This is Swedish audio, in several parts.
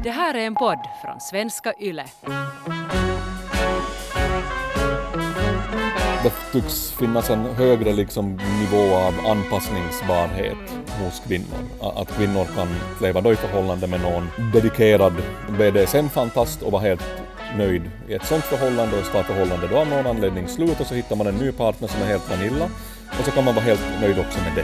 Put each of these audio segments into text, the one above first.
Det här är en podd från Svenska Yle. Det tycks finnas en högre nivå av anpassningsbarhet hos kvinnor. Att kvinnor kan leva då i förhållande med någon dedikerad BDSM-fantast och vara helt nöjd i ett sånt förhållande, och ska förhållande då av någon anledning slut, och så hittar man en ny partner som är helt vanilla, och så kan man vara helt nöjd också med det.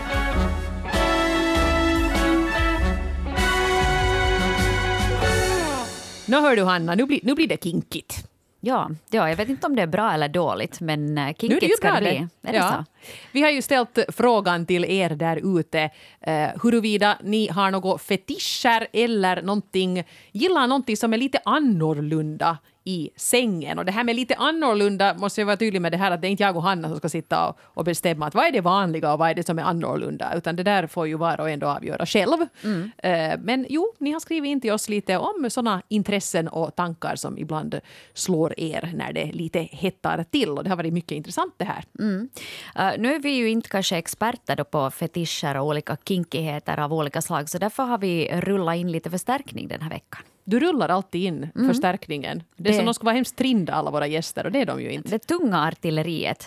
Nu hör du, Hanna, nu blir det kinkigt. Ja, jag vet inte om det är bra eller dåligt, men kinkigt ska det bli. Är det så? Vi har ju ställt frågan till er där ute huruvida ni har några fetischer eller gillar någonting som är lite annorlunda i sängen. Och det här med lite annorlunda måste jag vara tydlig med det här, att det är inte jag och Hanna som ska sitta och bestämma att vad är det vanliga och vad är det som är annorlunda, utan det där får ju var och en då avgöra själv. Men jo, ni har skrivit in till oss lite om sådana intressen och tankar som ibland slår er när det lite hettar till, och det har varit mycket intressant det här. Nu är vi ju inte kanske experter då på fetischer och olika kinkigheter av olika slag, så därför har vi rullat in lite förstärkning den här veckan. Du rullar alltid in förstärkningen. Det är som de ska vara hemskt trinda, alla våra gäster, och det är de ju inte. Det tunga artilleriet.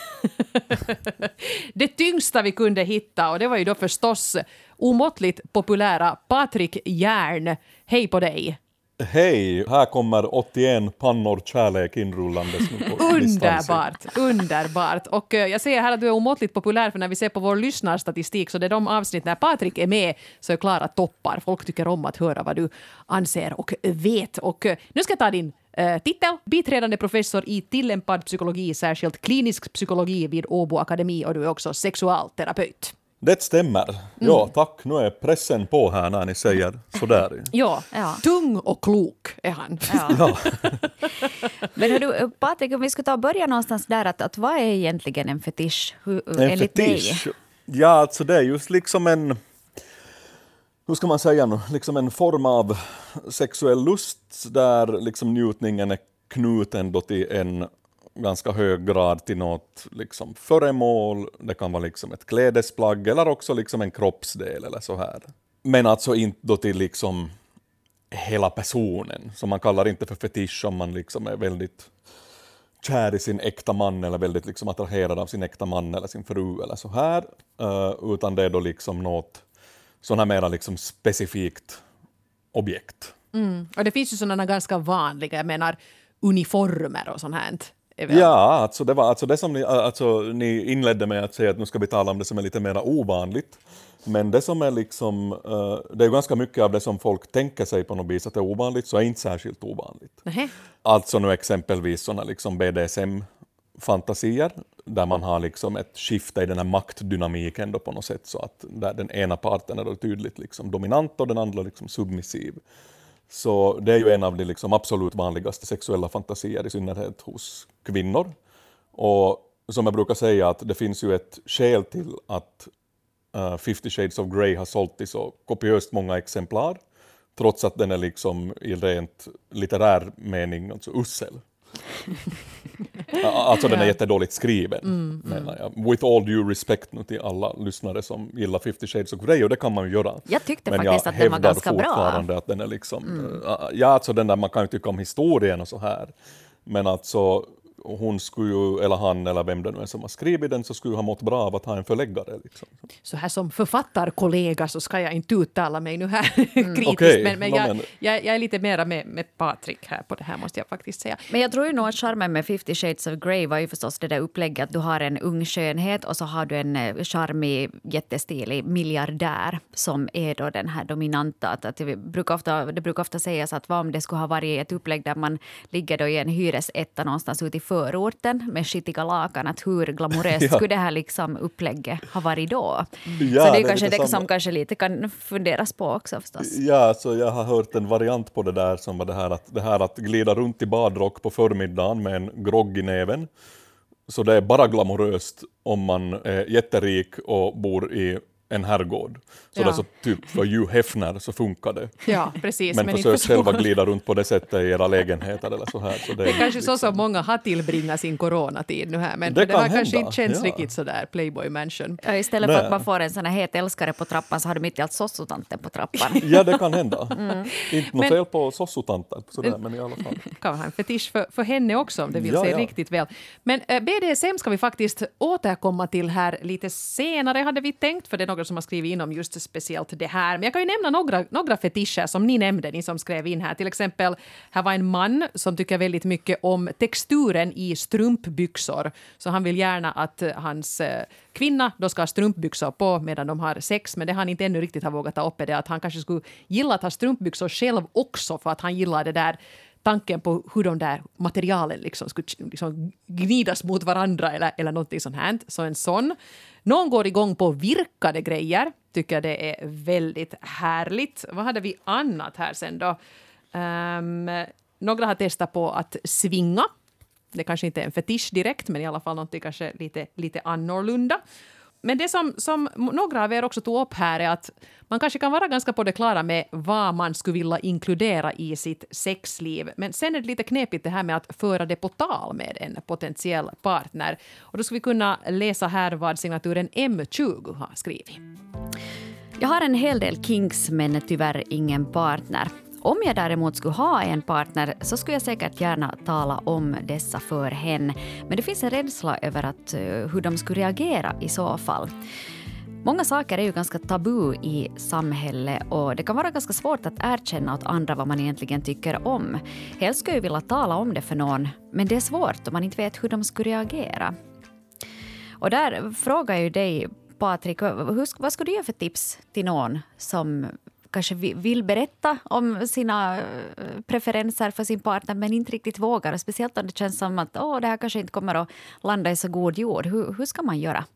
Det tyngsta vi kunde hitta, och det var ju då förstås omåttligt populära Patrik Järn. Hej på dig! Hej, här kommer 81 pannor kärlek inrullandes nu på Underbart, underbart. Och jag ser här att du är omåttligt populär, för när vi ser på vår lyssnarstatistik så det är de avsnitt när Patrik är med så är klara toppar. Folk tycker om att höra vad du anser och vet. Och nu ska jag ta din titel. Biträdande professor i tillämpad psykologi, särskilt klinisk psykologi vid Åbo Akademi, och du är också sexualterapeut. Det stämmer. Ja, tack. Nu är pressen på här när ni säger sådär. Ja. Tung och klok är han. Ja. Men hör du, Patrik, om vi ska ta och börja någonstans där, att vad är egentligen en fetisch? En fetisch? Ja, alltså det är just hur ska man säga nu, en form av sexuell lust där njutningen är knuten då till en ganska hög grad till något föremål. Det kan vara ett klädesplagg eller också en kroppsdel eller så här. Men alltså inte då till hela personen. Så man kallar inte för fetisch om man är väldigt kär i sin äkta man eller väldigt attraherad av sin äkta man eller sin fru eller så här. Utan det är då något sån här mera specifikt objekt. Och det finns ju sådana ganska vanliga, jag menar uniformer och sånt här. Ja, alltså det var det som ni inledde med att säga att nu ska vi tala om det som är lite mer ovanligt. Men det som är det är ganska mycket av det som folk tänker sig på något vis att det är ovanligt, så är inte särskilt ovanligt. Alltså nu exempelvis sådana BDSM-fantasier där man har ett skifte i den här maktdynamiken då på något sätt, så att där den ena parten är då tydligt dominant och den andra submissiv. Så det är ju en av de absolut vanligaste sexuella fantasier, i synnerhet hos kvinnor. Och som jag brukar säga, att det finns ju ett skäl till att 50 Shades of Grey har sålt i så kopiöst många exemplar, trots att den är i rent litterär mening usel. Alltså den är jättedåligt skriven, menar jag. With all due respect nu till alla lyssnare som gillar 50 Shades of Grey, och det kan man ju göra. Jag tyckte faktiskt att den var ganska bra. Men jag hävdar fortfarande att den är ja, alltså den där, man kan ju tycka om historien och så här. Men alltså hon skulle ju, eller han eller vem det nu är som har skrivit den, så skulle ha mått bra av att ha en förläggare. Så här som författarkollega så ska jag inte uttala mig nu här kritiskt. Okay. Men jag är lite mera med Patrik här på det här, måste jag faktiskt säga. Men jag tror ju nog att charmen med 50 Shades of Grey var ju förstås det där upplägget att du har en ung skönhet och så har du en charmig, jättestilig miljardär som är då den här dominanta. Att det brukar ofta sägas att vad om det skulle ha varit ett upplägg där man ligger då i en hyresetta någonstans ute i förorten med skitiga lakan, att hur glamoröst skulle det här upplägget ha varit då? Ja, så det är kanske det som kanske lite kan funderas på också förstås. Ja, så jag har hört en variant på det där som var det här att glida runt i badrock på förmiddagen med en grogg i näven. Så det är bara glamoröst om man är jätterik och bor i en herrgård. Så Ja. det är så typ för Hugh Hefner så funkar det. Ja, precis. Men inte försök för själva så. glida runt på det sättet i era lägenheter eller så här. Så Det är kanske så som många har tillbringat sin coronatid nu här, men Det det kan har kanske hända, inte känts ja. riktigt sådär Playboy Mansion. Ja, istället för Nej. att man får en sån här het älskare på trappan så har du mitt i allt sossotanten på trappan. Ja, det kan hända. Inte något Men- fel på sossotanter, sådär, men i alla fall. Kan ha en fetisch för henne också om det vill Ja, sig ja. riktigt väl. Men BDSM ska vi faktiskt återkomma till här lite senare hade vi tänkt, för det är några som har skrivit in om just speciellt det här. Men jag kan ju nämna några fetischer som ni nämnde, ni som skrev in här. Till exempel, här var en man som tycker väldigt mycket om texturen i strumpbyxor. Så han vill gärna att hans kvinna då ska ha strumpbyxor på medan de har sex, men det han inte ännu riktigt har vågat ta upp är det att han kanske skulle gilla att ha strumpbyxor själv också, för att han gillar det där tanken på hur de där materialen liksom skulle liksom gnidas mot varandra eller någonting sånt här. Så en sån. Någon går igång på virkade grejer. Tycker det är väldigt härligt. Vad hade vi annat här sen då? Några har testat på att svinga. Det kanske inte är en fetisch direkt, men i alla fall någonting kanske lite annorlunda. Men det som några av er också tog upp här är att man kanske kan vara ganska på det klara med vad man skulle vilja inkludera i sitt sexliv. Men sen är det lite knepigt det här med att föra det på tal med en potentiell partner. Och då ska vi kunna läsa här vad signaturen M20 har skrivit. Jag har en hel del kinks men tyvärr ingen partner. Om jag däremot skulle ha en partner så skulle jag säkert gärna tala om dessa för henne. Men det finns en rädsla över hur de skulle reagera i så fall. Många saker är ju ganska tabu i samhället och det kan vara ganska svårt att erkänna åt andra vad man egentligen tycker om. Helst skulle jag vilja tala om det för någon, men det är svårt om man inte vet hur de skulle reagera. Och där frågar jag ju dig, Patrik, vad skulle du ge för tips till någon som kanske vill berätta om sina preferenser för sin partner men inte riktigt vågar, och speciellt om det känns som att det här kanske inte kommer att landa i så god jord. Hur ska man göra?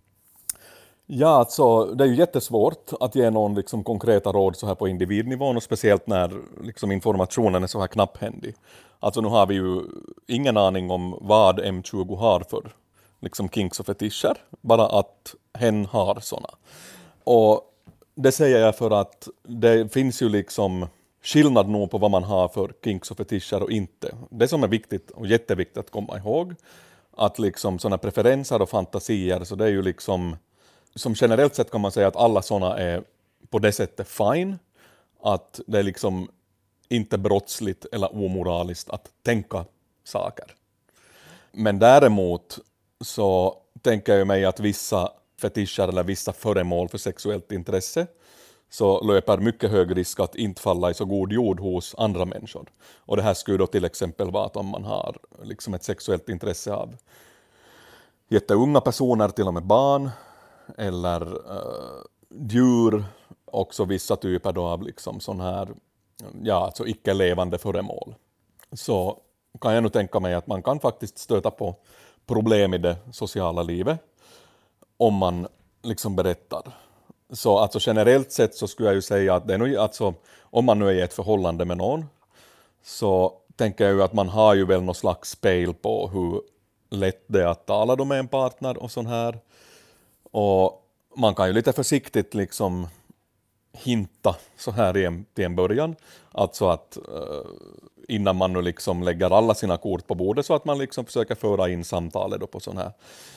Ja, alltså, det är ju jättesvårt att ge någon liksom konkreta råd så här på individnivån, och speciellt när liksom informationen är så här knapphändig. Alltså nu har vi ju ingen aning om vad M20 har för liksom kinks och fetischer, bara att hen har såna. Och det säger jag för att det finns ju liksom skillnad nog på vad man har för kinks och fetischer och inte. Det som är viktigt och jätteviktigt att komma ihåg, att liksom såna preferenser och fantasier, så det är ju liksom, som generellt sett kan man säga att alla såna är på det sättet fine, att det är liksom inte brottsligt eller omoraliskt att tänka saker. Men däremot så tänker jag mig att vissa fetischer eller vissa föremål för sexuellt intresse så löper mycket hög risk att inte falla i så god jord hos andra människor. Och det här skulle då till exempel vara att om man har liksom ett sexuellt intresse av jätteunga personer, till och med barn, eller djur, också vissa typer då av liksom sån här, ja, alltså icke-levande föremål. Så kan jag nu tänka mig att man kan faktiskt stöta på problem i det sociala livet om man liksom berättar. Så alltså generellt sett så skulle jag ju säga att det är nog, alltså, om man nu är i ett förhållande med någon, så tänker jag ju att man har ju väl någon slags spel på hur lätt det är att tala då med en partner och sån här. Och man kan ju lite försiktigt liksom hinta så här till en början. Alltså att innan man nu liksom lägger alla sina kort på bordet, så att man liksom försöker föra in samtalet då på sån här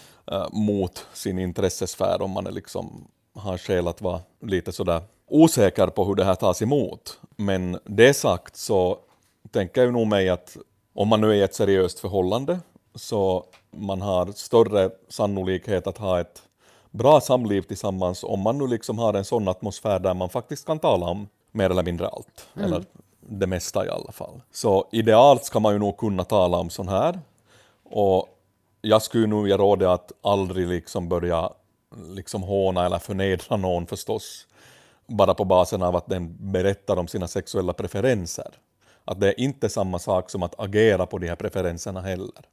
mot sin intressesfär, om man är liksom har skäl att vara lite sådär osäker på hur det här tas emot. Men det sagt så tänker jag nog mig att om man nu är i ett seriöst förhållande, så man har större sannolikhet att ha ett bra samliv tillsammans om man nu liksom har en sån atmosfär där man faktiskt kan tala om mer eller mindre allt. Eller det mesta i alla fall. Så idealt ska man ju nog kunna tala om sån här. Och jag skulle nog ge råd att aldrig liksom börja liksom håna eller förnedra någon förstås, bara på basen av att den berättar om sina sexuella preferenser. Att det är inte samma sak som att agera på de här preferenserna heller.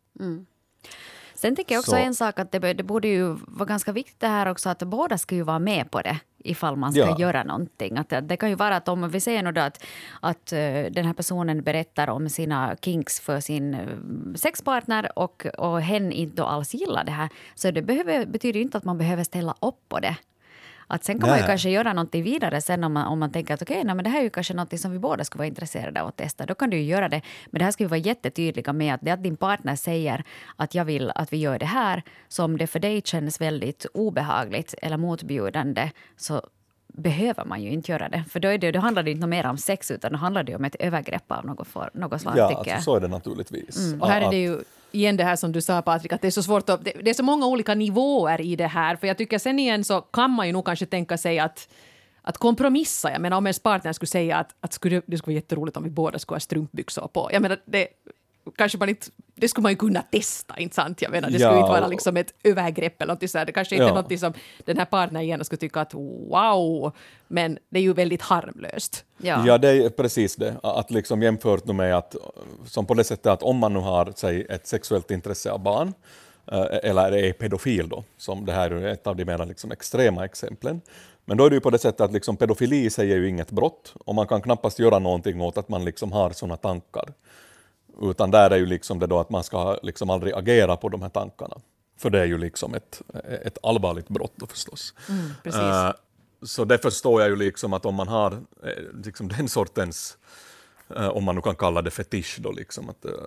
Sen tänker jag också en sak, att det borde ju vara ganska viktigt det här också, att båda ska ju vara med på det ifall man ska göra någonting. Att det kan ju vara att om vi säger nu då att den här personen berättar om sina kinks för sin sexpartner och hen inte alls gillar det här, så det betyder ju inte att man behöver ställa upp på det. Att sen kan man ju kanske göra någonting vidare sen om man tänker att okej, men det här är ju kanske något som vi båda ska vara intresserade av att testa. Då kan du ju göra det. Men det här ska vi vara jättetydliga med, att det att din partner säger att jag vill att vi gör det här, som det för dig känns väldigt obehagligt eller motbjudande, så behöver man ju inte göra det. För då handlar det inte mer om sex, utan då handlar det om ett övergrepp av något slag. Ja, tycker alltså, jag. så är det naturligtvis. Och här är det ju igen det här som du sa, Patrik, att det är så svårt att, det är så många olika nivåer i det här. För jag tycker sen igen så kan man ju nog kanske tänka sig att kompromissa. Jag menar, om ens partner skulle säga att det skulle vara jätteroligt om vi båda skulle ha strumpbyxor på. Jag menar, kanske man inte, det skulle man ju kunna testa, inte sant? Jag menar, det skulle inte vara liksom ett övergrepp eller något så här. Det kanske inte är något som den här partnern igen skulle tycka att wow, men det är ju väldigt harmlöst. Ja, det är precis det. Att liksom jämfört med att, som på det sättet att om man nu har säg, ett sexuellt intresse av barn, eller är pedofil då, som det här är ett av de mer liksom extrema exemplen. Men då är det ju på det sättet att liksom pedofili säger ju inget brott, och man kan knappast göra någonting åt att man liksom har sådana tankar. Utan där är ju liksom det då att man ska liksom aldrig agera på de här tankarna. För det är ju liksom ett allvarligt brott då förstås. Precis. Så det förstår jag ju liksom att om man har liksom den sortens, om man nu kan kalla det fetisch då liksom.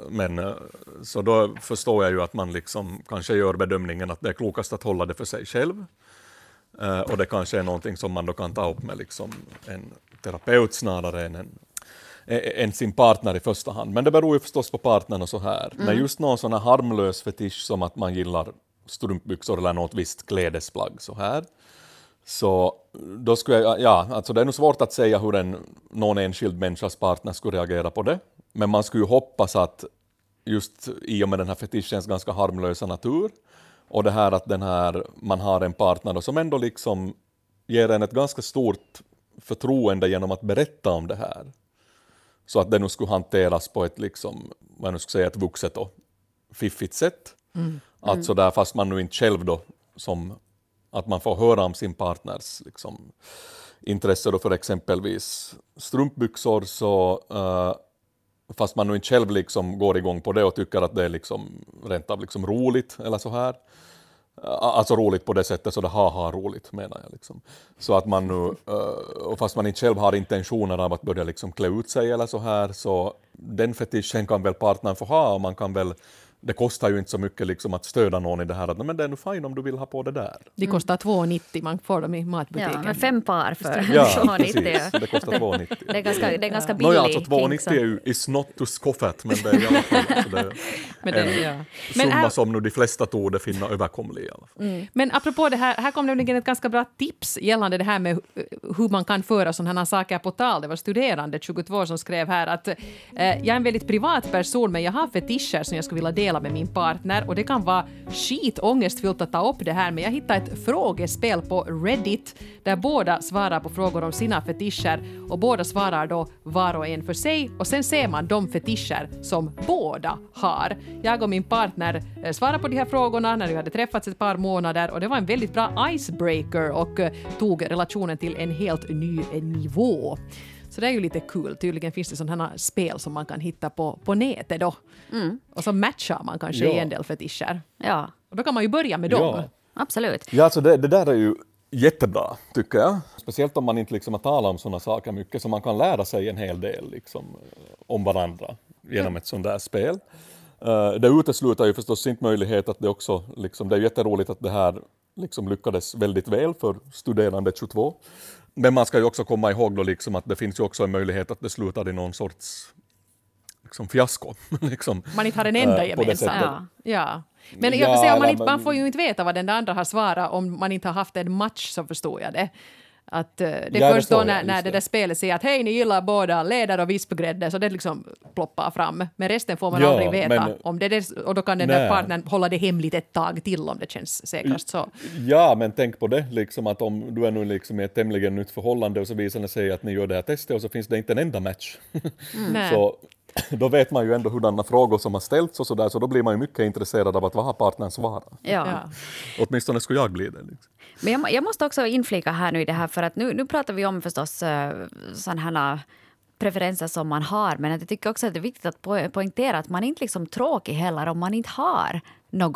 Så då förstår jag ju att man liksom kanske gör bedömningen att det är klokast att hålla det för sig själv. Och det kanske är någonting som man då kan ta upp med liksom en terapeut snarare än sin partner i första hand. Men det beror ju förstås på partnern och så här. Men just någon sån här harmlös fetisch som att man gillar strumpbyxor eller något visst klädesplagg så här. Så då skulle alltså det är nog svårt att säga hur någon enskild människas partner skulle reagera på det. Men man skulle ju hoppas att just i och med den här fetischens ganska harmlösa natur och det här att man har en partner som ändå liksom ger en ett ganska stort förtroende genom att berätta om det här. Så att det nu skulle hanteras på ett liksom, vad jag nu ska säga, ett vuxet och fiffigt sätt. Alltså där fast man nu inte själv då som att man får höra om sin partners liksom, intresse då för exempelvis strumpbyxor, så fast man nu inte själv liksom går igång på det och tycker att det är liksom rent av liksom roligt eller så här. Alltså roligt på det sättet, så det haha roligt menar jag liksom. Så att man nu, och fast man inte själv har intentioner av att börja liksom klä ut sig eller så här, så den fetischen kan väl partnern få ha, och man kan väl, det kostar ju inte så mycket liksom att stödja någon i det här, att men det är nu fine om du vill ha på det där. Det kostar 2,90, man får dem i matbutiken. Ja, men 5 par för 2,90. Precis, det kostar 2,90. Det är ganska billigt. Alltså 2,90 är ju is not to scoff at, men det är i alla fall en summa som nu de flesta torde finna överkomlig i alla fall. Men apropå det här kom nämligen ett ganska bra tips gällande det här med hur man kan föra sådana här saker på tal. Det var studerande 22 som skrev här att jag är en väldigt privat person, men jag har fetischer som jag skulle vilja dela med min partner, och det kan vara skitångestfyllt att ta upp det här, men jag hittade ett frågespel på Reddit där båda svarar på frågor om sina fetischer, och båda svarar då var och en för sig, och sen ser man de fetischer som båda har. Jag och min partner svarade på de här frågorna när vi hade träffats ett par månader, och det var en väldigt bra icebreaker och tog relationen till en helt ny nivå. Så det är ju lite kul. Tydligen finns det sådana här spel som man kan hitta på nätet då. Och så matchar man kanske i en del fetischer. Ja. Och då kan man ju börja med dem. Ja. Absolut. Ja, alltså det där är ju jättebra, tycker jag. Speciellt om man inte liksom har talat om sådana saker mycket, så man kan lära sig en hel del liksom, om varandra genom ett sådant där spel. Det utesluter ju förstås inte möjlighet att det också, liksom, det är jätteroligt att det här liksom lyckades väldigt väl för studerande 22. Men man ska ju också komma ihåg då liksom att det finns ju också en möjlighet att det slutar i någon sorts liksom fiasko. liksom, man inte har en enda gemensam. Ja. Men jag får säga, man får ju inte veta vad den andra har svarat om man inte har haft en match, så förstår jag det. Att det är först då när det där spelet säger att hej, ni gillar båda läder och vispgrädde, så det liksom ploppar fram. Men resten får man aldrig veta om det, och då kan den där partnern hålla det hemligt ett tag till om det känns säkrast så. Ja, men tänk på det liksom, att om du är nu liksom i ett tämligen nytt förhållande och så visar det sig att ni gör det här testet och så finns det inte en enda match. Så då vet man ju ändå hurdana frågor som har ställts och sådär, så då blir man ju mycket intresserad av att vad har partnern svarat. Ja. Åtminstone skulle jag bli det. Liksom. Men jag måste också inflika här nu i det här, för att nu pratar vi om förstås sådana här preferenser som man har, men jag tycker också att det är viktigt att poängtera att man inte liksom tråkig heller om man inte har något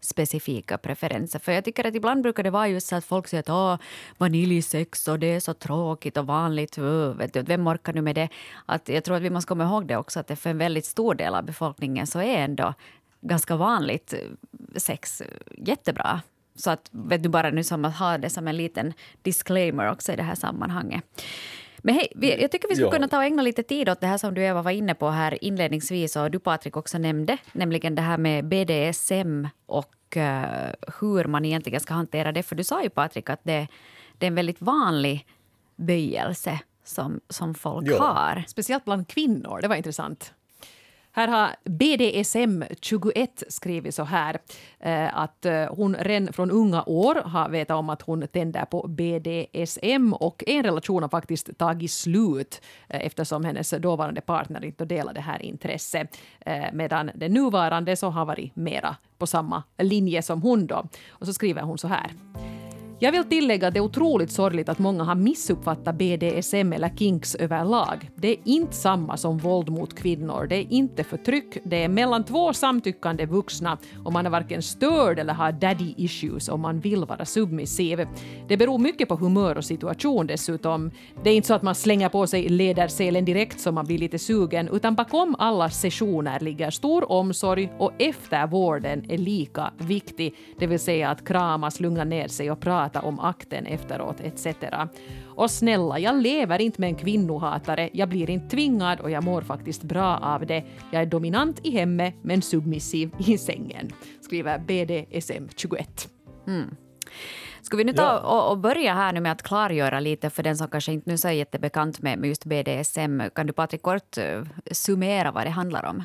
specifika preferenser. För jag tycker att ibland brukar det vara just så att folk säger att vaniljsex och det är så tråkigt och vanligt. Vet du, vem orkar nu med det? Att jag tror att vi måste komma ihåg det också, att det för en väldigt stor del av befolkningen så är ändå ganska vanligt sex jättebra. Så att vet du, bara nu som att ha det som en liten disclaimer också i det här sammanhanget. Men hej, jag tycker vi skulle kunna ta och ägna lite tid åt det här som du Eva var inne på här inledningsvis och du Patrik också nämnde, nämligen det här med BDSM och hur man egentligen ska hantera det. För du sa ju Patrik att det är en väldigt vanlig böjelse som folk har. Speciellt bland kvinnor, det var intressant. Här har BDSM 21 skrivit så här att hon redan från unga år har vetat om att hon tänder på BDSM och en relation har faktiskt tagit slut eftersom hennes dåvarande partner inte delade det här intresset, medan det nuvarande så har varit mera på samma linje som hon då. Och så skriver hon så här. Jag vill tillägga att det är otroligt sorgligt att många har missuppfattat BDSM eller kinks överlag. Det är inte samma som våld mot kvinnor. Det är inte förtryck. Det är mellan två samtyckande vuxna och man är varken störd eller har daddy issues om man vill vara submissiv. Det beror mycket på humör och situation dessutom. Det är inte så att man slänger på sig lederselen direkt så man blir lite sugen, utan bakom alla sessioner ligger stor omsorg och eftervården är lika viktig. Det vill säga att kramas, lugna ner sig och prata om akten efteråt etc. Och snälla, jag lever inte med en kvinnohatare. Jag blir inte tvingad och jag mår faktiskt bra av det. Jag är dominant i hemmet men submissiv i sängen. Skriver BDSM 21. Ska vi nu ta och börja här nu med att klargöra lite för den som kanske inte nu så är jättebekant med just BDSM. Kan du Patrik kort summera vad det handlar om?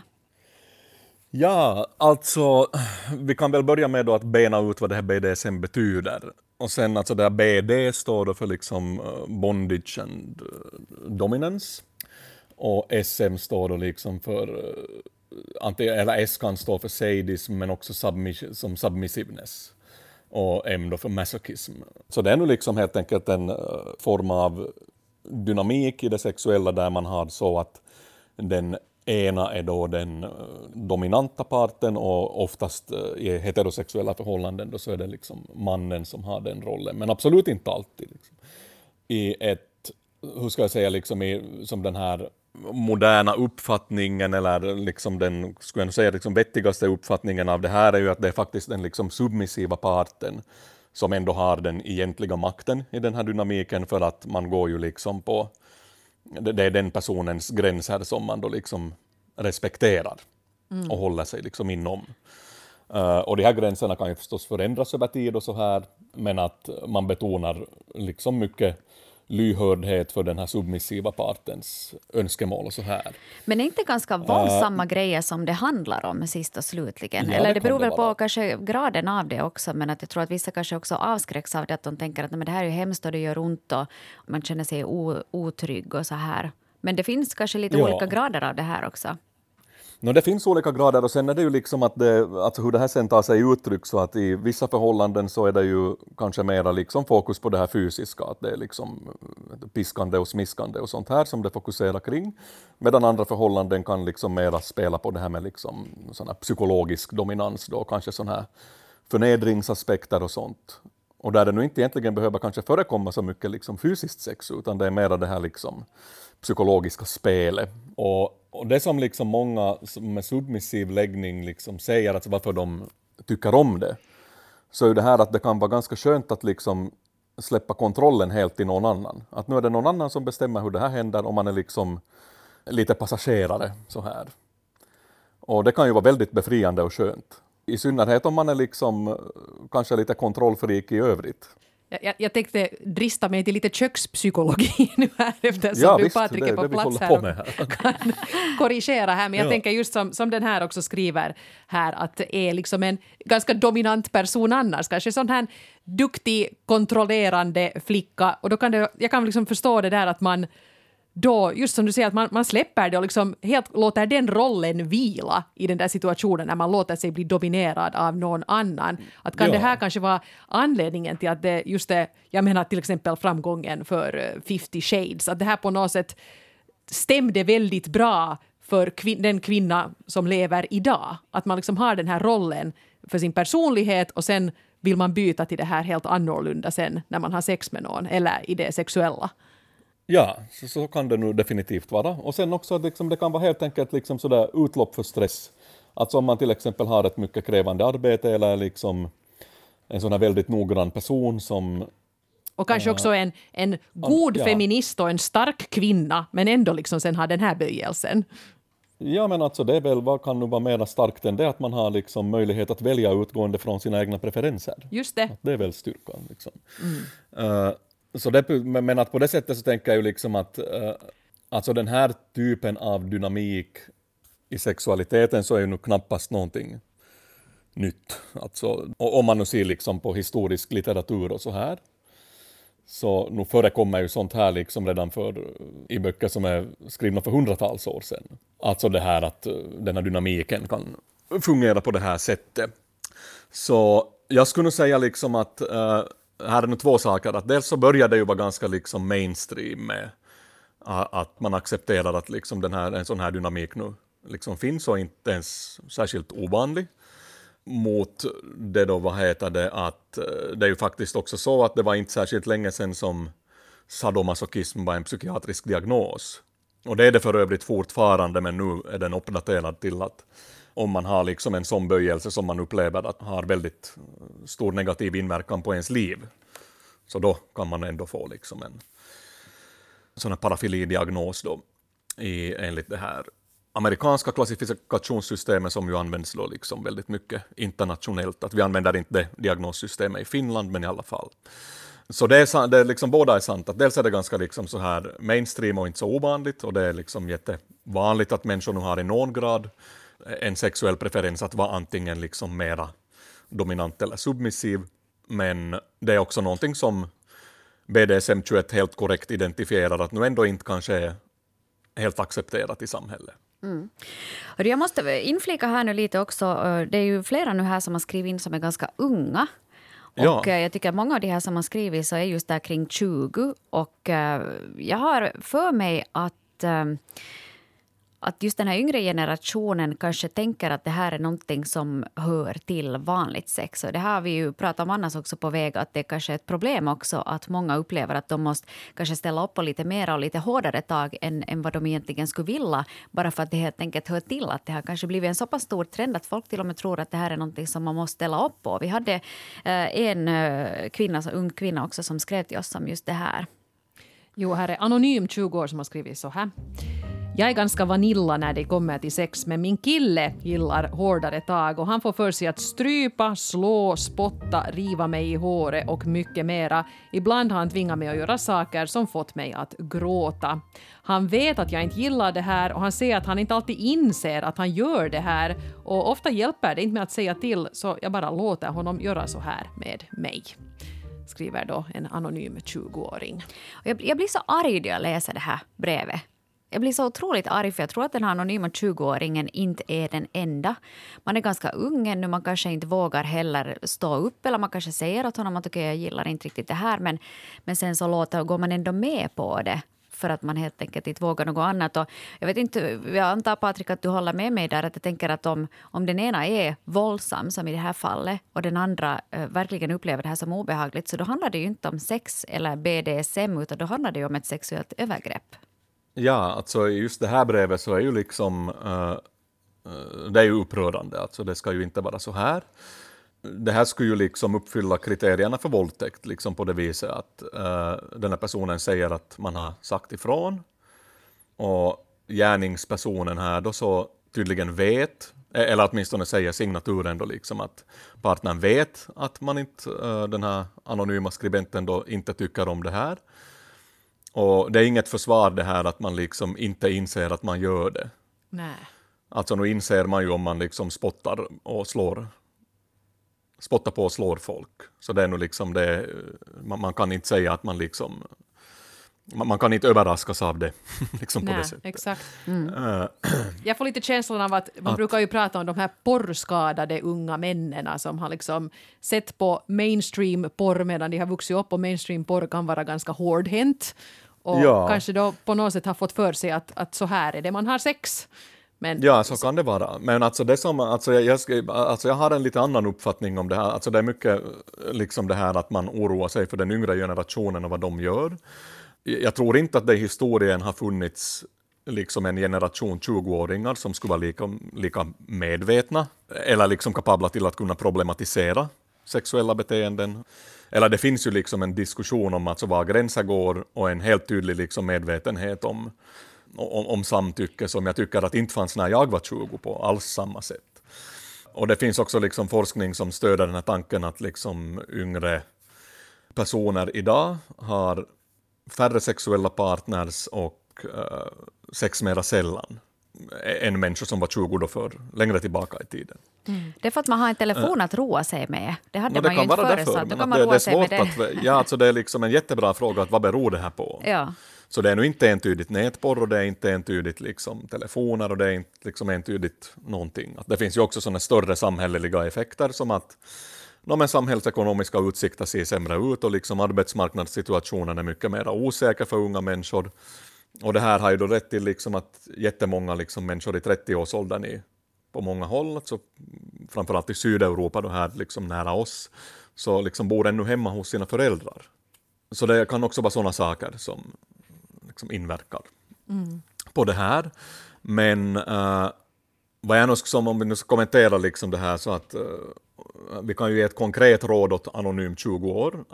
Ja, alltså vi kan väl börja med då att bena ut vad det här BDSM betyder. Och sen alltså det här BD står då för liksom bondage and dominance. Och SM står då liksom för, eller S kan stå för sadism men också som submissiveness. Och M då för masochism. Så det är nu liksom helt enkelt en form av dynamik i det sexuella där man har så att den ena är då den dominanta parten och oftast i heterosexuella förhållanden då så är det liksom mannen som har den rollen. Men absolut inte alltid. Liksom. I ett, hur ska jag säga, liksom som den här moderna uppfattningen eller liksom den, skulle jag säga, liksom vettigaste uppfattningen av det här är ju att det är faktiskt den liksom submissiva parten som ändå har den egentliga makten i den här dynamiken, för att man går ju liksom på, det är den personens gränser som man då liksom respekterar och håller sig liksom inom. Och de här gränserna kan ju förstås förändras över tid och så här, men att man betonar liksom mycket lyhördhet för den här submissiva partens önskemål och så här. Men är inte ganska våldsamma grejer som det handlar om sist och slutligen? Ja, eller det beror väl på kanske graden av det också, men att jag tror att vissa kanske också avskräcks av det, att de tänker att men det här är ju hemskt och det gör ont och man känner sig otrygg och så här. Men det finns kanske lite olika grader av det här också. Det finns olika grader och sen är det ju liksom att alltså hur det här sen tar sig uttryck, så att i vissa förhållanden så är det ju kanske mera liksom fokus på det här fysiska, att det är liksom piskande och smiskande och sånt här som det fokuserar kring, medan andra förhållanden kan liksom mera spela på det här med liksom sån här psykologisk dominans då, kanske sån här förnedringsaspekter och sånt. Och där det nu inte egentligen behöver kanske förekomma så mycket liksom fysiskt sex, utan det är mera det här liksom psykologiska spelet. Och det som liksom många med submissiv läggning liksom säger att varför de tycker om det, så är det här att det kan vara ganska skönt att liksom släppa kontrollen helt till någon annan. Att nu är det någon annan som bestämmer hur det här händer och man är liksom lite passagerare så här. Och det kan ju vara väldigt befriande och skönt. I synnerhet om man är liksom kanske lite kontrollfreak i övrigt. Jag tänkte drista mig till lite kökspsykologi nu här, eftersom du Patrik är på plats här och kan korrigera här. Men jag tänker just som den här också skriver här, att det är liksom en ganska dominant person annars. Kanske sån här duktig, kontrollerande flicka. Och då kan jag kan liksom förstå det där att man då, just som du säger, att man släpper det och liksom helt låter den rollen vila i den där situationen när man låter sig bli dominerad av någon annan. Att kan det här kanske vara anledningen till att det just det, jag menar till exempel framgången för 50 Shades, att det här på något sätt stämde väldigt bra för den kvinna som lever idag. Att man liksom har den här rollen för sin personlighet och sen vill man byta till det här helt annorlunda sen när man har sex med någon eller i det sexuella. Ja, så kan det nu definitivt vara. Och sen också liksom, det kan vara helt enkelt liksom sådär utlopp för stress. Alltså om man till exempel har ett mycket krävande arbete eller liksom en sån här väldigt noggrann person som... Och kanske också en god feminist och en stark kvinna, men ändå liksom sen har den här böjelsen. Ja, men alltså det är väl, vad kan nu vara mer starkt än det, att man har liksom möjlighet att välja utgående från sina egna preferenser. Just det. Att det är väl styrkan. Liksom. Så det, men att på det sättet så tänker jag ju liksom att alltså den här typen av dynamik i sexualiteten så är ju nu knappast någonting nytt. Alltså, om man nu ser liksom på historisk litteratur och så här. Så nu förekommer ju sånt här liksom redan i böcker som är skrivna för hundratals år sedan. Alltså det här att den här dynamiken kan fungera på det här sättet. Så jag skulle nog säga liksom att här är nu två saker. Att dels så började det ju vara ganska liksom mainstream med att man accepterar att liksom en sån här dynamik nu liksom finns och inte ens särskilt ovanlig. Mot det då, att det är ju faktiskt också så att det var inte särskilt länge sedan som sadomasochism var en psykiatrisk diagnos. Och det är det för övrigt fortfarande, men nu är den uppdaterad till att om man har liksom en sån böjelse som man upplever att har väldigt stor negativ inverkan på ens liv, så då kan man ändå få liksom en sån här parafilidiagnos då enligt det här amerikanska klassifikationssystemet som ju används då liksom väldigt mycket internationellt. Att vi använder inte det diagnossystemet i Finland, men i alla fall. Så det är liksom, båda är sant. Att dels är det ganska liksom så här mainstream och inte så ovanligt, och det är liksom jättevanligt att människor nu har i någon grad en sexuell preferens att vara antingen liksom mera dominant eller submissiv. Men det är också någonting som BDSM-21 helt korrekt identifierar att nu ändå inte kanske är helt accepterat i samhället. Mm. Jag måste inflika här nu lite också. Det är ju flera nu här som har skrivit in som är ganska unga. Och jag tycker att många av de här som har skrivit så är just där kring 20. Och jag har för mig att just den här yngre generationen kanske tänker att det här är någonting som hör till vanligt sex. Och det har vi ju pratat om annars också på väg, att det kanske är ett problem också att många upplever att de måste kanske ställa upp på lite mer och lite hårdare tag än vad de egentligen skulle vilja. Bara för att det helt enkelt hör till, att det har kanske blivit en så pass stor trend att folk till och med tror att det här är någonting som man måste ställa upp på. Vi hade en ung kvinna också som skrev till oss om just det här. Jo, här är Anonym 20 år som har skrivit så här. Jag är ganska vanilla när det kommer till sex, men min kille gillar hårdare tag och han får för sig att strypa, slå, spotta, riva mig i håret och mycket mera. Ibland har han tvingat mig att göra saker som fått mig att gråta. Han vet att jag inte gillar det här och han säger att han inte alltid inser att han gör det här, och ofta hjälper det inte med att säga till, så jag bara låter honom göra så här med mig. Skriver då en anonym 20-åring. Jag blir så arg när jag läser det här brevet. Jag blir så otroligt arg, för jag tror att den här anonyma 20-åringen inte är den enda. Man är ganska ung ännu, man kanske inte vågar heller stå upp, eller man kanske säger åt honom att okej, jag gillar inte riktigt det här, men sen så går man ändå med på det för att man helt enkelt inte vågar något annat. Och jag vet inte, jag antar Patrik att du håller med mig där, att jag tänker att om den ena är våldsam som i det här fallet och den andra verkligen upplever det här som obehagligt, så då handlar det ju inte om sex eller BDSM, utan då handlar det ju om ett sexuellt övergrepp. Ja, alltså just det här brevet så är ju liksom, det är ju upprörande, alltså det ska ju inte vara så här. Det här skulle ju liksom uppfylla kriterierna för våldtäkt, liksom på det viset att den här personen säger att man har sagt ifrån, och gärningspersonen här då så tydligen vet, eller åtminstone säger signaturen då liksom att partnern vet att man inte, den här anonyma skribenten då inte tycker om det här. Och det är inget försvar det här att man liksom inte inser att man gör det. Nej. Alltså nu inser man ju om man liksom spottar på och slår folk. Så det är nog liksom det, man kan inte säga att man liksom, man kan inte överraskas av det liksom. Nej, på det sättet. Exakt. Jag får lite känslan av att man brukar ju prata om de här porrskadade unga männen som har liksom sett på mainstream porr medan de har vuxit upp, och mainstream porr kan vara ganska hårdhänt och kanske då på något sätt har fått för sig att så här är det man har sex. Men, Ja, så kan det vara. Men alltså det som, jag har en lite annan uppfattning om det här. Alltså det är mycket liksom det här att man oroar sig för den yngre generationen och vad de gör. Jag tror inte att det i historien har funnits liksom en generation 20-åringar som skulle vara lika medvetna eller liksom kapabla till att kunna problematisera sexuella beteenden. Eller det finns ju liksom en diskussion om alltså var gränser går och en helt tydlig liksom medvetenhet om samtycke som jag tycker att inte fanns när jag var 20 på alls samma sätt. Och det finns också liksom forskning som stöder den här tanken att liksom yngre personer idag har färre sexuella partners och sex mera sällan än människor som var 20 då för längre tillbaka i tiden. Det är för att man har en telefon att roa sig med. Det hade det man ju kan inte vara förr, därför, så då men kan man det roa är sig med svårt det. att, alltså det är liksom en jättebra fråga att vad beror det här på? Ja. Så det är nu inte entydigt nätporr och det är inte entydigt liksom telefoner och det är inte liksom entydigt någonting. Det finns ju också sådana större samhälleliga effekter som att men samhällsekonomiska utsikter ser sämre ut och liksom arbetsmarknadssituationen är mycket mer osäker för unga människor. Och det här har ju då rätt till liksom att jättemånga liksom människor i 30-årsåldern på många håll, alltså framförallt i Sydeuropa då här liksom nära oss, så liksom bor ännu hemma hos sina föräldrar. Så det kan också vara sådana saker som liksom inverkar på det här. Men vad jag nu som om vi nu ska kommentera liksom det här så att vi kan ju ge ett konkret råd åt anonym 20 år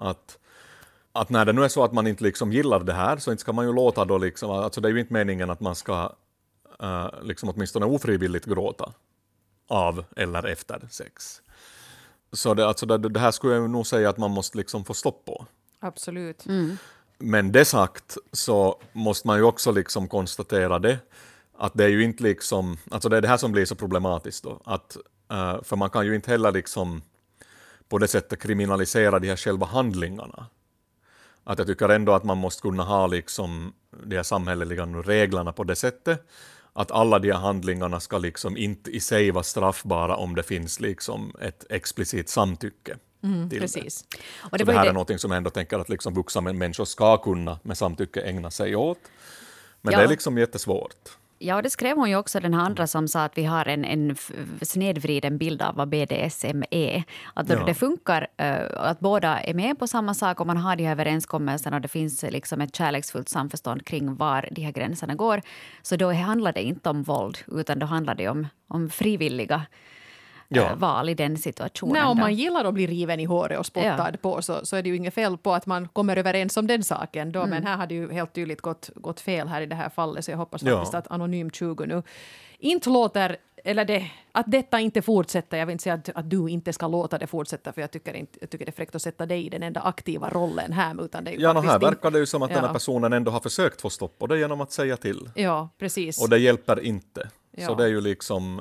att när det nu är så att man inte liksom gillar det här så inte ska man ju låta då liksom, alltså det är ju inte meningen att man ska liksom åtminstone ofrivilligt gråta av eller efter sex. Så det här skulle jag nog säga att man måste liksom få stopp på. absolut. Men det sagt så måste man ju också liksom konstatera det att det är ju inte liksom, alltså det är det här som blir så problematiskt då, att för man kan ju inte heller liksom på det sättet kriminalisera de här själva handlingarna. Att jag tycker ändå att man måste kunna ha liksom de här samhälleliga reglerna på det sättet att alla de här handlingarna ska liksom inte i sig vara straffbara om det finns liksom ett explicit samtycke. Precis. Och det så det här är något som jag ändå tänker att liksom vuxna människor ska kunna med samtycke ägna sig åt. Men det är liksom jättesvårt. Ja, och det skrev hon ju också, den här andra som sa att vi har en snedvriden bild av vad BDSM är. Att det funkar att båda är med på samma sak och man har de här överenskommelserna och det finns liksom ett kärleksfullt samförstånd kring var de här gränserna går. Så då handlar det inte om våld utan då handlar det om frivilliga val i den situationen. Nej, om man gillar att bli riven i håret och spottad på så är det ju inget fel på att man kommer överens om den saken då, men här hade ju helt tydligt gått fel här i det här fallet, så jag hoppas faktiskt att Anonym 20 nu inte låter, eller att detta inte fortsätter. Jag vill inte säga att du inte ska låta det fortsätta, för jag tycker det är fräckt att sätta dig i den enda aktiva rollen här. Utan det är ju här verkar det ju som att den här personen ändå har försökt få stopp på det genom att säga till. Ja, precis. Och det hjälper inte. Ja. Så det är ju liksom...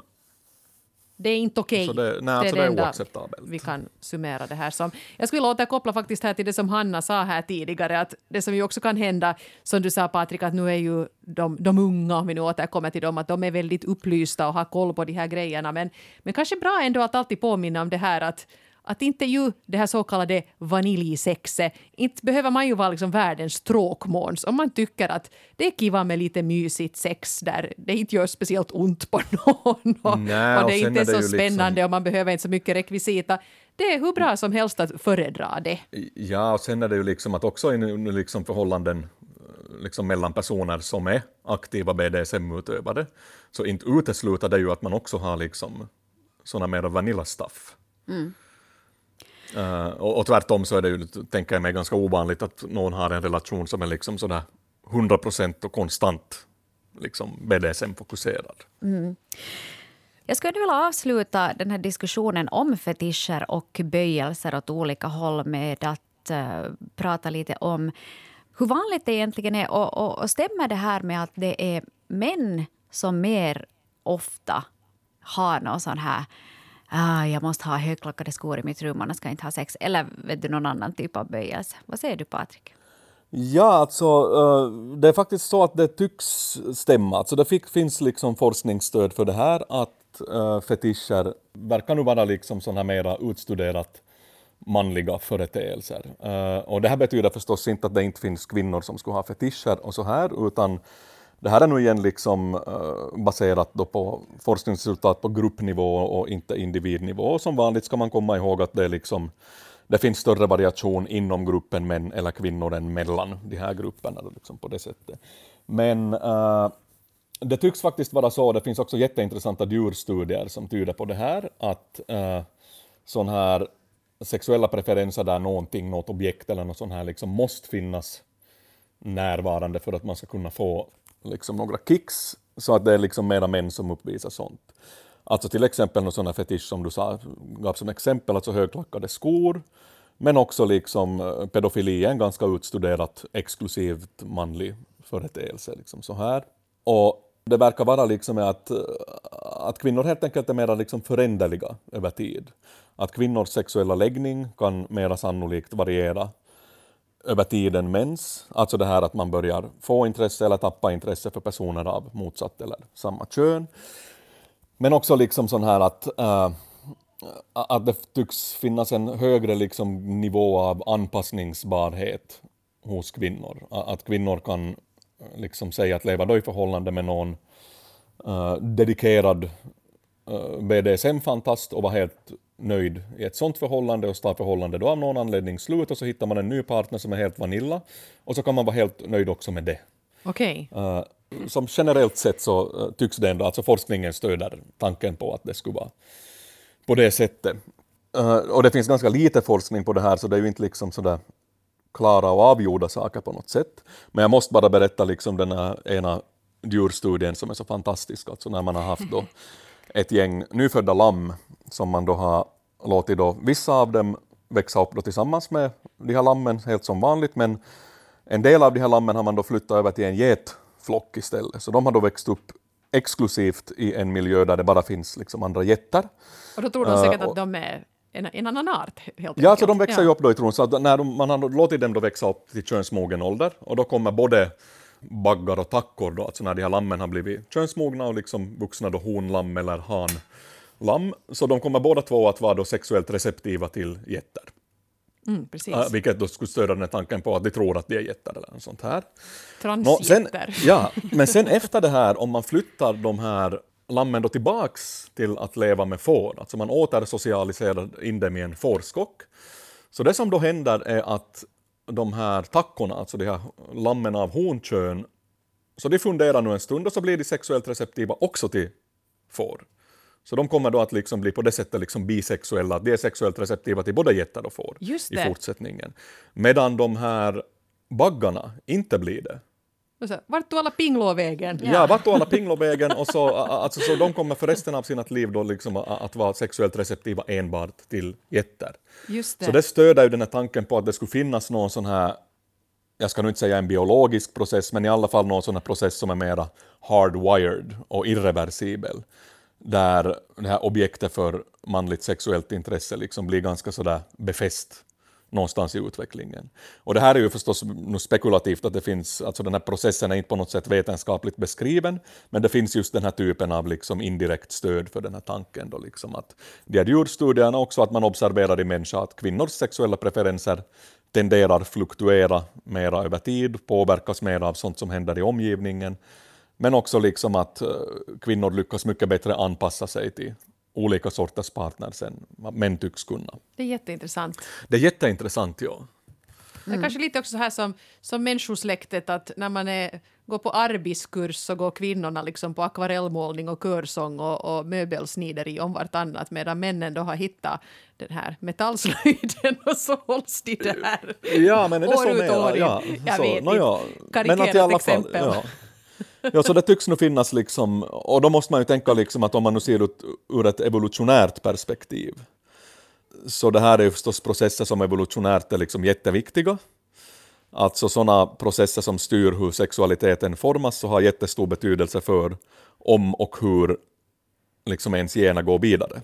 Det är inte okej. Det är oacceptabelt. Vi kan summera det här som. Jag skulle återkoppla faktiskt här till det som Hanna sa här tidigare, att det som ju också kan hända, som du sa Patrik, att nu är ju de unga, om vi nu återkommer till dem, att de är väldigt upplysta och har koll på de här grejerna, men kanske bra ändå att alltid påminna om det här att inte ju det här så kallade vaniljsexet, inte behöver man ju vara liksom världens tråkmåns om man tycker att det är kiva med lite mysigt sex där det inte gör speciellt ont på någon och det är inte så spännande och man behöver inte så mycket rekvisita. Det är hur bra som helst att föredra det. Ja, och sen är det ju liksom att också i liksom förhållanden liksom mellan personer som är aktiva BDSM-utövare så inte utesluter det ju att man också har liksom såna mer vanilla-stuff. Och tvärtom så är det ju, tänker jag mig, ganska ovanligt att någon har en relation som är liksom sådär 100% och konstant liksom BDSM-fokuserad. Jag skulle vilja avsluta den här diskussionen om fetischer och böjelser åt olika håll med att prata lite om hur vanligt det egentligen är och stämmer det här med att det är män som mer ofta har någon sån här jag måste ha högklackade skor i mitt rum, annars ska jag inte ha sex. Eller vet du någon annan typ av böjelse? Vad säger du, Patrik? Ja, alltså det är faktiskt så att det tycks stämma. Alltså det finns liksom forskningsstöd för det här att fetischer verkar nu vara liksom sådana mera utstuderat manliga företeelser. Och det här betyder förstås inte att det inte finns kvinnor som skulle ha fetischer och så här, utan Det här är nu igen liksom baserat då på forskningsresultat på gruppnivå och inte individnivå. Och som vanligt ska man komma ihåg att det finns större variation inom gruppen män eller kvinnor än mellan de här grupperna liksom på det sättet. Men det tycks faktiskt vara så, det finns också jätteintressanta djurstudier som tyder på det här, att sån här sexuella preferenser där något objekt eller något sånt här liksom måste finnas närvarande för att man ska kunna få liksom några kicks, så att det är liksom mera män som uppvisar sånt. Alltså till exempel någon sån här fetisch som du gav som exempel, alltså högklackade skor, men också liksom pedofili är en ganska utstuderat exklusivt manlig företeelse. Liksom så här. Och det verkar vara liksom att kvinnor helt enkelt är mera liksom föränderliga över tid. Att kvinnors sexuella läggning kan mera sannolikt variera över tiden mäns. Alltså det här att man börjar få intresse eller tappa intresse för personer av motsatt eller samma kön. Men också liksom sån här att det tycks finnas en högre liksom nivå av anpassningsbarhet hos kvinnor. Att kvinnor kan liksom säga att leva då i förhållande med någon dedikerad BDSM-fantast och vara helt nöjd i ett sånt förhållande, och tar förhållande då av någon anledning slut, och så hittar man en ny partner som är helt vanilla, och så kan man vara helt nöjd också med det. Okej. Som generellt sett så tycks det ändå, alltså forskningen stöder tanken på att det skulle vara på det sättet. Och det finns ganska lite forskning på det här, så det är ju inte liksom sådär klara och avgjorda saker på något sätt. Men jag måste bara berätta liksom den här ena djurstudien som är så fantastisk. Alltså när man har haft då ett gäng nyfödda lamm som man då har låtit då vissa av dem växa upp då tillsammans med de här lammen helt som vanligt, men en del av de här lammen har man då flyttat över till en getflock istället. Så de har då växt upp exklusivt i en miljö där det bara finns liksom andra getter. Och då tror de säkert att de är en annan art. Helt ja, så de växer ju upp då i tron. Så att när man har låtit dem då växa upp till könsmogen ålder, och då kommer både baggar och tackor då, alltså när de här lammen har blivit könsmogna och liksom vuxna då honlamm eller hanlamm, så de kommer båda två att vara då sexuellt receptiva till getter. Precis. Vilket då skulle stödja den här tanken på att de tror att de är getter eller något sånt här. Transgetter. Men sen efter det här, om man flyttar de här lammen då tillbaks till att leva med får, alltså man återsocialiserar in dem i en fårskock. Så det som då händer är att de här tackorna, alltså de här lammen av honkön, så de funderar nu en stund och så blir de sexuellt receptiva också till får. Så de kommer då att liksom bli på det sättet liksom bisexuella, att de är sexuellt receptiva till både getter och får i fortsättningen. Medan de här baggarna inte blir det. Vart tog alla pinglåvägen? Ja, vart tog alla pinglåvägen, och så de kommer för resten av sina liv då liksom att vara sexuellt receptiva enbart till getter. Just det. Så det stöder ju den här tanken på att det skulle finnas någon sån här, jag ska nu inte säga en biologisk process, men i alla fall någon sån här process som är mera hardwired och irreversibel, där det här objektet för manligt sexuellt intresse liksom blir ganska sådär befäst någonstans i utvecklingen. Och det här är ju förstås spekulativt, att det finns, alltså den här processen är inte på något sätt vetenskapligt beskriven, men det finns just den här typen av liksom indirekt stöd för den här tanken då, liksom att de här djurstudierna också, att man observerar i människa att kvinnors sexuella preferenser tenderar fluktuera mera över tid, påverkas mer av sånt som händer i omgivningen, men också liksom att kvinnor lyckas mycket bättre anpassa sig till olika sorters partners än vad män tycks kunna. Det är jätteintressant. Det är jätteintressant, ja. Det är kanske lite också så här som människosläktet, att när man går på arbetarkurs så går kvinnorna liksom på akvarellmålning och körsång och möbelsnideri om vartannat, medan männen då har hittat den här metallslöjden, och så hålls de där. Ja, men är det så år ut och år in. ja, Jag så, vet no, ja. Men att i alla fall, exempel. ja. Ja, så det tycks nog finnas liksom, och då måste man ju tänka liksom att om man nu ser ut ur ett evolutionärt perspektiv, så det här är ju förstås processer som evolutionärt är liksom jätteviktiga. Alltså sådana processer som styr hur sexualiteten formas, så har jättestor betydelse för om och hur liksom ens gener går vidare.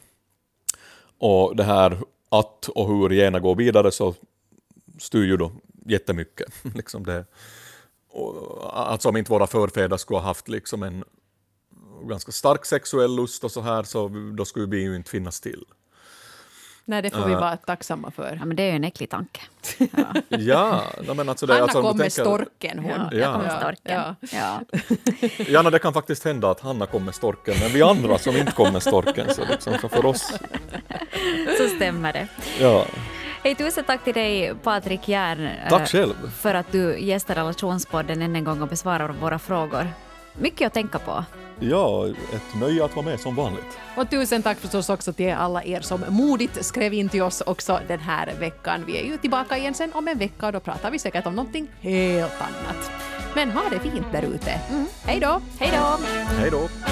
Och det här att och hur gener går vidare, så styr ju då jättemycket. Liksom det. Alltså om inte våra förfäder skulle ha haft liksom en ganska stark sexuell lust och så här, så då skulle vi ju inte finnas till. Nej, det får vi vara tacksamma för. Ja, men det är ju en äcklig tanke. Ja, men alltså det, Hanna alltså, kom med storken. Hon. Ja, jag kom med storken. Ja. Ja. Ja, det kan faktiskt hända att Hanna kom med storken, men vi andra som inte kom med storken, så, liksom, så för oss. Så stämmer det. Ja. Hej, tusen tack till dig, Patrik Järn. Tack själv. För att du gästar Relationspodden än en gång och besvarar våra frågor. Mycket att tänka på. Ja, ett nöje att vara med som vanligt. Och tusen tack förstås också till alla er som modigt skrev in till oss också den här veckan. Vi är ju tillbaka igen sen om en vecka och då pratar vi säkert om någonting helt annat. Men ha det fint där ute. Hej då! Hej då! Hej då!